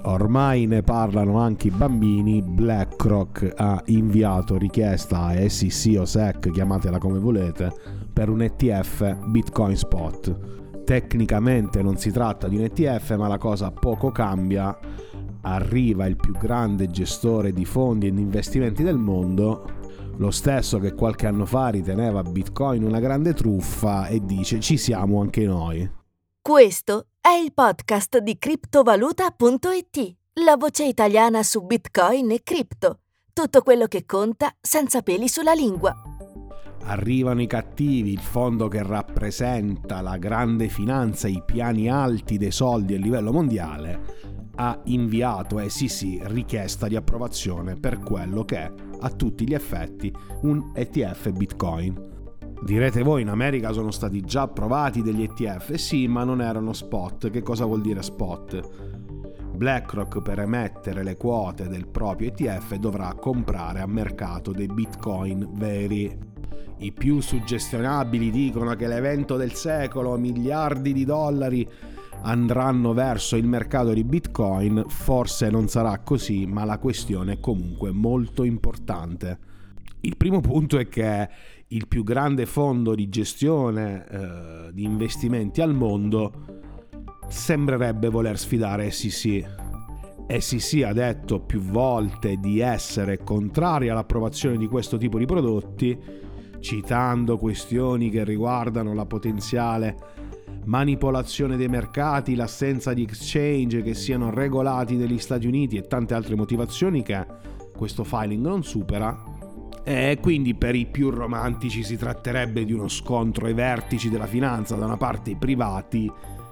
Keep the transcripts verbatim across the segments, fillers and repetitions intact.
Ormai ne parlano anche i bambini. BlackRock ha inviato richiesta a S E C o S E C, chiamatela come volete, per un E T F Bitcoin Spot. Tecnicamente non si tratta di un E T F, ma la cosa poco cambia. Arriva il più grande gestore di fondi e di investimenti del mondo, lo stesso che qualche anno fa riteneva Bitcoin una grande truffa, e dice: ci siamo anche noi. Questo è il podcast di criptovaluta punto it, la voce italiana su Bitcoin e cripto. Tutto quello che conta senza peli sulla lingua. Arrivano i cattivi, il fondo che rappresenta la grande finanza, i piani alti dei soldi a livello mondiale, ha inviato a S E C richiesta di approvazione per quello che è, a tutti gli effetti, un E T F Bitcoin. Direte voi, in America sono stati già approvati degli E T F? Sì, ma non erano spot. Che cosa vuol dire spot? BlackRock, per emettere le quote del proprio E T F, dovrà comprare a mercato dei Bitcoin veri. I più suggestionabili dicono che l'evento del secolo, miliardi di dollari andranno verso il mercato di Bitcoin. Forse non sarà così, ma la questione è comunque molto importante. Il primo punto è che il più grande fondo di gestione eh, di investimenti al mondo sembrerebbe voler sfidare S E C. S E C ha detto più volte di essere contraria all'approvazione di questo tipo di prodotti, citando questioni che riguardano la potenziale manipolazione dei mercati, l'assenza di exchange che siano regolati negli Stati Uniti e tante altre motivazioni che questo filing non supera. E quindi per i più romantici si tratterebbe di uno scontro ai vertici della finanza, da una parte i privati,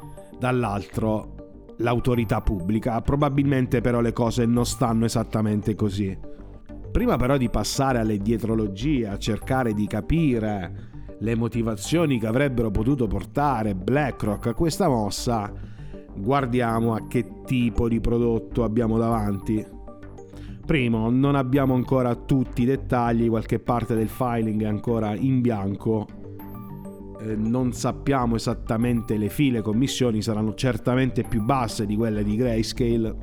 dall'altro l'autorità pubblica. Probabilmente però le cose non stanno esattamente così. Prima però di passare alle dietrologie, a cercare di capire le motivazioni che avrebbero potuto portare BlackRock a questa mossa, guardiamo a che tipo di prodotto abbiamo davanti. Primo, non abbiamo ancora tutti i dettagli, qualche parte del filing è ancora in bianco, eh, non sappiamo esattamente le fee, le commissioni saranno certamente più basse di quelle di Grayscale,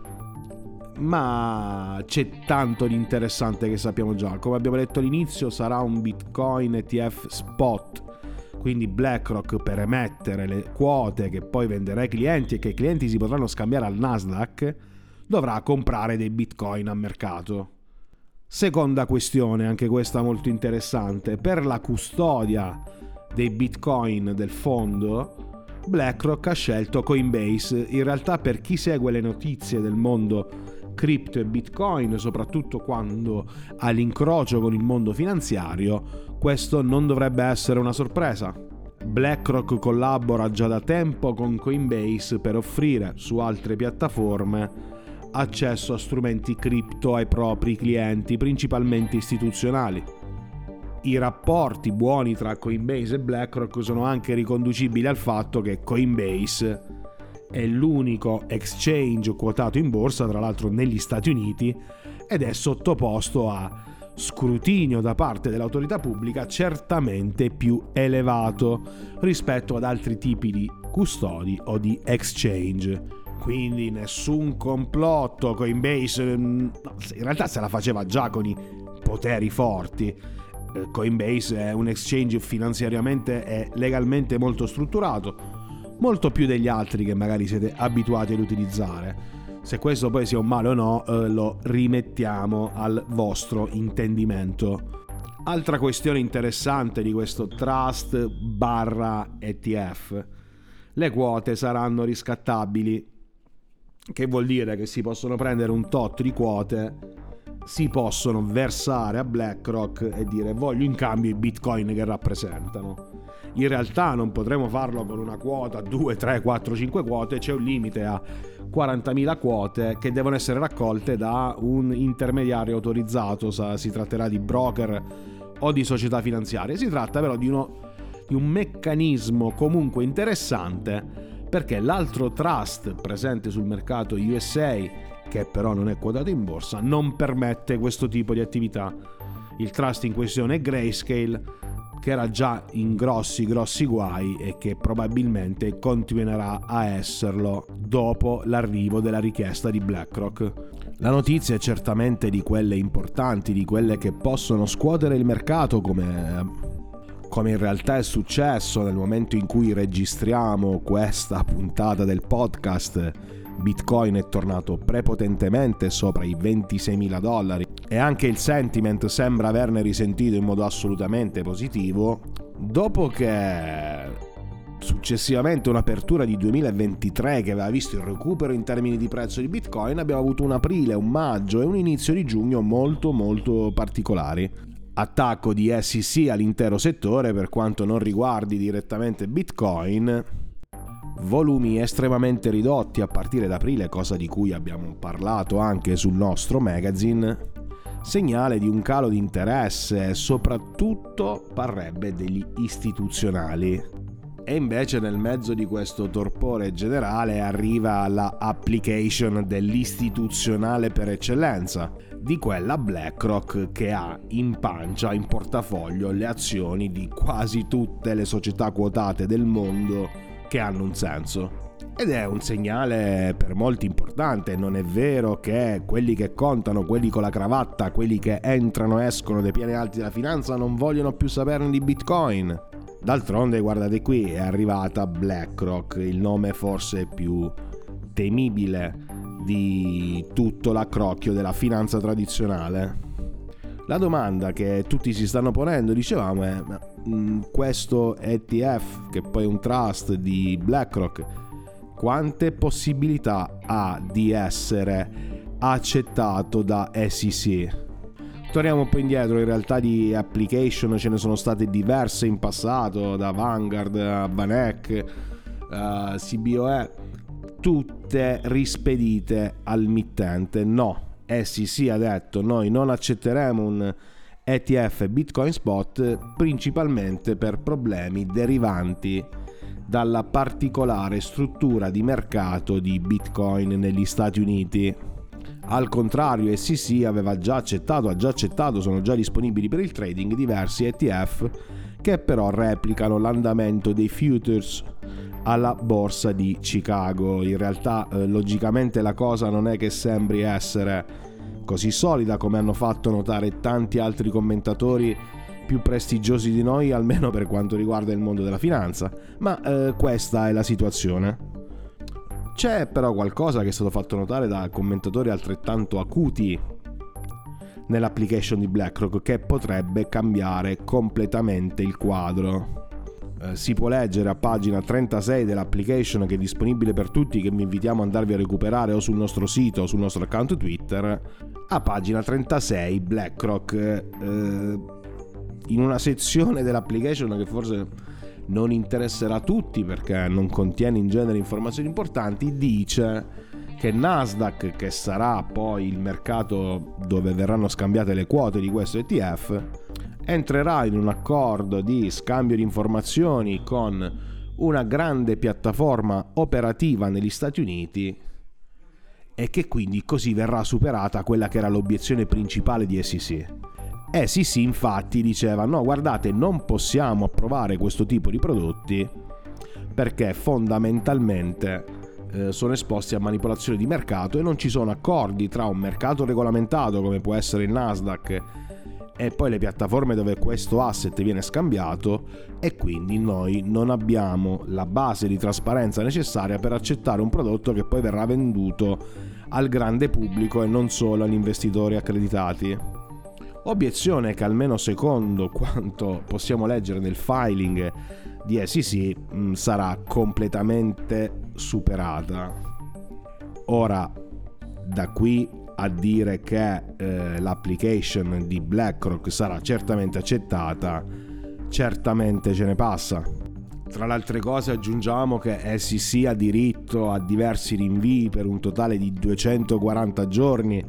ma c'è tanto di interessante che sappiamo già. Come abbiamo detto all'inizio, sarà un Bitcoin E T F spot, quindi BlackRock, per emettere le quote che poi venderà ai clienti e che i clienti si potranno scambiare al Nasdaq, dovrà comprare dei Bitcoin a mercato. Seconda questione, anche questa molto interessante: per la custodia dei Bitcoin del fondo, BlackRock ha scelto Coinbase. In realtà, per chi segue le notizie del mondo cripto e Bitcoin, soprattutto quando ha l'incrocio con il mondo finanziario, questo non dovrebbe essere una sorpresa. BlackRock collabora già da tempo con Coinbase per offrire su altre piattaforme accesso a strumenti cripto ai propri clienti, principalmente istituzionali. I rapporti buoni tra Coinbase e BlackRock sono anche riconducibili al fatto che Coinbase è l'unico exchange quotato in borsa, tra l'altro negli Stati Uniti, ed è sottoposto a scrutinio da parte dell'autorità pubblica certamente più elevato rispetto ad altri tipi di custodi o di exchange. Quindi nessun complotto. Coinbase in realtà se la faceva già con i poteri forti. Coinbase è un exchange finanziariamente e legalmente molto strutturato, molto più degli altri che magari siete abituati ad utilizzare. Se questo poi sia un male o no, eh, lo rimettiamo al vostro intendimento. Altra questione interessante di questo trust barra E T F: le quote saranno riscattabili, che vuol dire che si possono prendere un tot di quote, si possono versare a BlackRock e dire: voglio in cambio i Bitcoin che rappresentano. In realtà non potremo farlo con una quota, due, tre, quattro, cinque quote, c'è un limite a quarantamila quote che devono essere raccolte da un intermediario autorizzato. Si tratterà di broker o di società finanziarie. Si tratta però di, uno, di un meccanismo comunque interessante, perché l'altro trust presente sul mercato U S A, che però non è quotato in borsa, non permette questo tipo di attività. Il trust in questione è Grayscale, che era già in grossi grossi guai e che probabilmente continuerà a esserlo dopo l'arrivo della richiesta di BlackRock. La notizia è certamente di quelle importanti, di quelle che possono scuotere il mercato, come come in realtà è successo nel momento in cui registriamo questa puntata del podcast. Bitcoin è tornato prepotentemente sopra i ventiseimila dollari e anche il sentiment sembra averne risentito in modo assolutamente positivo, dopo che successivamente un'apertura di duemilaventitré che aveva visto il recupero in termini di prezzo di Bitcoin, abbiamo avuto un aprile, un maggio e un inizio di giugno molto molto particolari. Attacco di S E C all'intero settore per quanto non riguardi direttamente Bitcoin, volumi estremamente ridotti a partire da aprile, cosa di cui abbiamo parlato anche sul nostro magazine, segnale di un calo di interesse, soprattutto parrebbe degli istituzionali. E invece nel mezzo di questo torpore generale arriva la application dell'istituzionale per eccellenza, di quella BlackRock che ha in pancia, in portafoglio, le azioni di quasi tutte le società quotate del mondo che hanno un senso. Ed è un segnale per molti importante. Non è vero che quelli che contano, quelli con la cravatta, quelli che entrano e escono dai piani alti della finanza non vogliono più saperne di Bitcoin. D'altronde, guardate qui, è arrivata BlackRock, il nome forse più temibile di tutto l'accrocchio della finanza tradizionale. La domanda che tutti si stanno ponendo, dicevamo, è ma, mh, questo E T F, che poi è un trust di BlackRock, quante possibilità ha di essere accettato da S E C? Torniamo un po' indietro, in realtà di application ce ne sono state diverse in passato, da Vanguard a Vanek, uh, C B O E, tutte rispedite al mittente. No, S E C ha detto noi non accetteremo un E T F Bitcoin Spot, principalmente per problemi derivanti dalla particolare struttura di mercato di Bitcoin negli Stati Uniti. Al contrario, S E C aveva già accettato, ha già accettato, sono già disponibili per il trading diversi E T F che però replicano l'andamento dei futures alla borsa di Chicago. In realtà, eh, logicamente la cosa non è che sembri essere così solida come hanno fatto notare tanti altri commentatori più prestigiosi di noi, almeno per quanto riguarda il mondo della finanza, ma eh, questa è la situazione. C'è però qualcosa che è stato fatto notare da commentatori altrettanto acuti nell'application di BlackRock che potrebbe cambiare completamente il quadro. Eh, si può leggere a pagina trentasei dell'application, che è disponibile per tutti, che vi invitiamo ad andarvi a recuperare o sul nostro sito o sul nostro account Twitter. A pagina trentasei BlackRock, eh, in una sezione dell'application che forse non interesserà a tutti perché non contiene in genere informazioni importanti, dice che Nasdaq, che sarà poi il mercato dove verranno scambiate le quote di questo E T F, entrerà in un accordo di scambio di informazioni con una grande piattaforma operativa negli Stati Uniti e che quindi così verrà superata quella che era l'obiezione principale di S E C. S E C infatti diceva no, guardate, non possiamo approvare questo tipo di prodotti perché fondamentalmente eh, sono esposti a manipolazione di mercato e non ci sono accordi tra un mercato regolamentato come può essere il Nasdaq e poi le piattaforme dove questo asset viene scambiato, e quindi noi non abbiamo la base di trasparenza necessaria per accettare un prodotto che poi verrà venduto al grande pubblico e non solo agli investitori accreditati. Obiezione che almeno secondo quanto possiamo leggere nel filing di S E C mh, sarà completamente superata. Ora, da qui a dire che eh, l'application di BlackRock sarà certamente accettata, certamente ce ne passa. Tra le altre cose aggiungiamo che S E C ha diritto a diversi rinvii per un totale di duecentoquaranta giorni,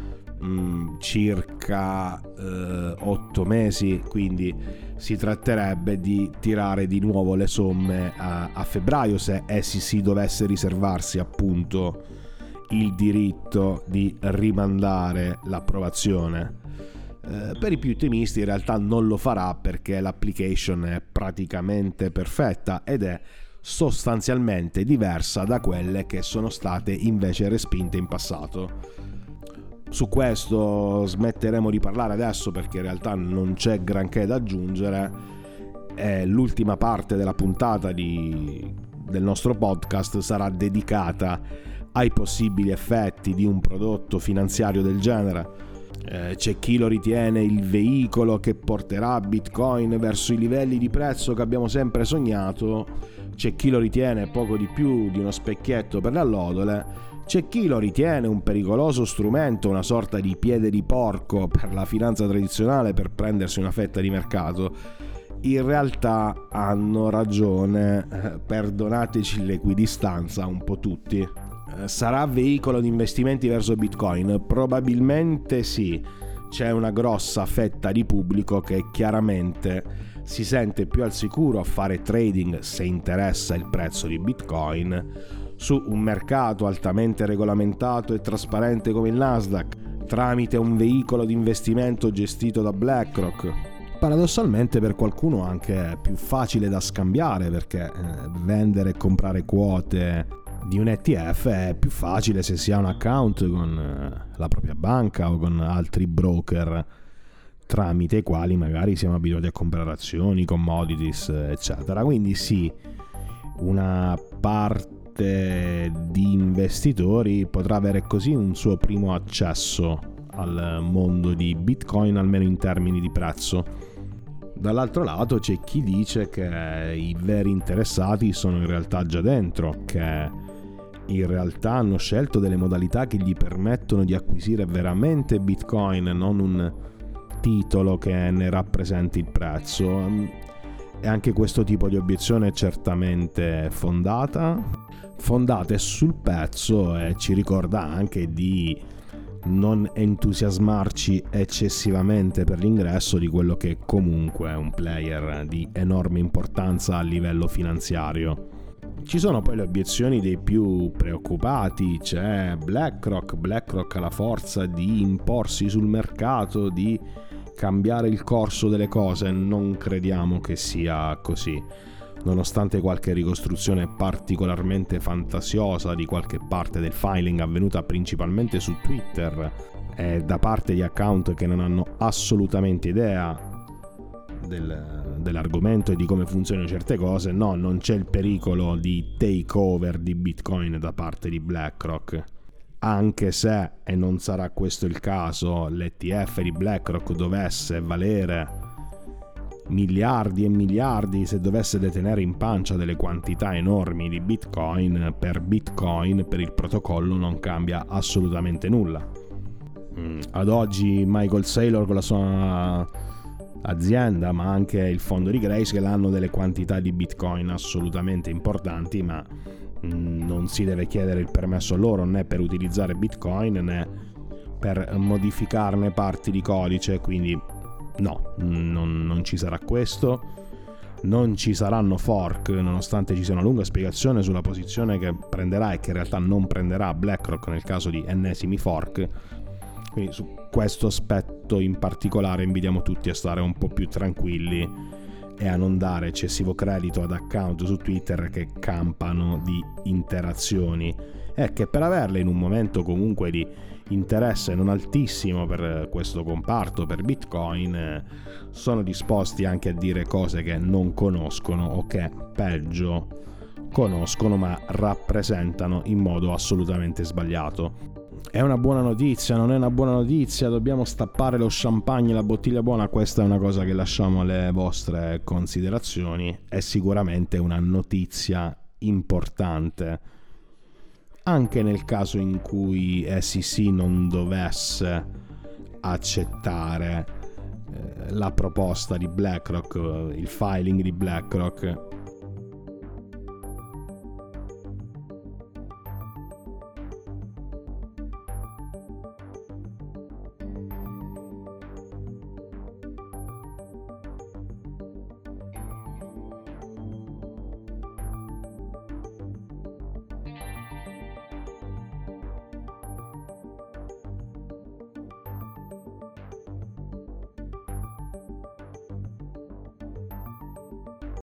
mh, circa eh, otto mesi, quindi si tratterebbe di tirare di nuovo le somme a, a febbraio se S E C dovesse riservarsi appunto il diritto di rimandare l'approvazione. Eh, per i più ottimisti in realtà non lo farà, perché l'application è praticamente perfetta ed è sostanzialmente diversa da quelle che sono state invece respinte in passato. Su questo smetteremo di parlare adesso, perché in realtà non c'è granché da aggiungere. E l'ultima parte della puntata di, del nostro podcast sarà dedicata ai possibili effetti di un prodotto finanziario del genere. Eh, c'è chi lo ritiene il veicolo che porterà Bitcoin verso i livelli di prezzo che abbiamo sempre sognato, c'è chi lo ritiene poco di più di uno specchietto per le allodole, c'è chi lo ritiene un pericoloso strumento, una sorta di piede di porco per la finanza tradizionale per prendersi una fetta di mercato. In realtà hanno ragione, eh, perdonateci l'equidistanza, un po' tutti. Sarà veicolo di investimenti verso Bitcoin? Probabilmente sì. C'è una grossa fetta di pubblico che chiaramente si sente più al sicuro a fare trading, se interessa il prezzo di Bitcoin, su un mercato altamente regolamentato e trasparente come il Nasdaq, tramite un veicolo di investimento gestito da BlackRock. Paradossalmente per qualcuno anche più facile da scambiare, perché eh, vendere e comprare quote di un E T F è più facile se si ha un account con la propria banca o con altri broker tramite i quali magari siamo abituati a comprare azioni, commodities, eccetera. Quindi sì, una parte di investitori potrà avere così un suo primo accesso al mondo di Bitcoin, almeno in termini di prezzo. Dall'altro lato c'è chi dice che i veri interessati sono in realtà già dentro, che in realtà hanno scelto delle modalità che gli permettono di acquisire veramente Bitcoin, non un titolo che ne rappresenti il prezzo. E anche questo tipo di obiezione è certamente fondata, fondata sul pezzo, e ci ricorda anche di non entusiasmarci eccessivamente per l'ingresso di quello che comunque è un player di enorme importanza a livello finanziario. Ci sono poi le obiezioni dei più preoccupati. C'è BlackRock, BlackRock ha la forza di imporsi sul mercato, di cambiare il corso delle cose. Non crediamo che sia così. Nonostante qualche ricostruzione particolarmente fantasiosa di qualche parte del filing avvenuta principalmente su Twitter e da parte di account che non hanno assolutamente idea del, dell'argomento e di come funzionano certe cose, no, non c'è il pericolo di takeover di Bitcoin da parte di BlackRock. Anche se, e non sarà questo il caso, l'E T F di BlackRock dovesse valere miliardi e miliardi, se dovesse detenere in pancia delle quantità enormi di Bitcoin, per Bitcoin, per il protocollo non cambia assolutamente nulla. Mm, ad oggi Michael Saylor con la sua azienda, ma anche il fondo di Grayscale, hanno delle quantità di Bitcoin assolutamente importanti, ma mm, non si deve chiedere il permesso a loro né per utilizzare Bitcoin né per modificarne parti di codice, quindi no, non, non ci sarà questo, non ci saranno fork, nonostante ci sia una lunga spiegazione sulla posizione che prenderà e che in realtà non prenderà BlackRock nel caso di ennesimi fork. Quindi su questo aspetto in particolare invitiamo tutti a stare un po' più tranquilli e a non dare eccessivo credito ad account su Twitter che campano di interazioni e che, per averle in un momento comunque di interesse non altissimo per questo comparto, per Bitcoin, sono disposti anche a dire cose che non conoscono o che, peggio, conoscono ma rappresentano in modo assolutamente sbagliato. È una buona notizia, non è una buona notizia, dobbiamo stappare lo champagne, la bottiglia buona? Questa è una cosa che lasciamo alle vostre considerazioni. È sicuramente una notizia importante, anche nel caso in cui S E C non dovesse accettare eh, la proposta di BlackRock, il filing di BlackRock.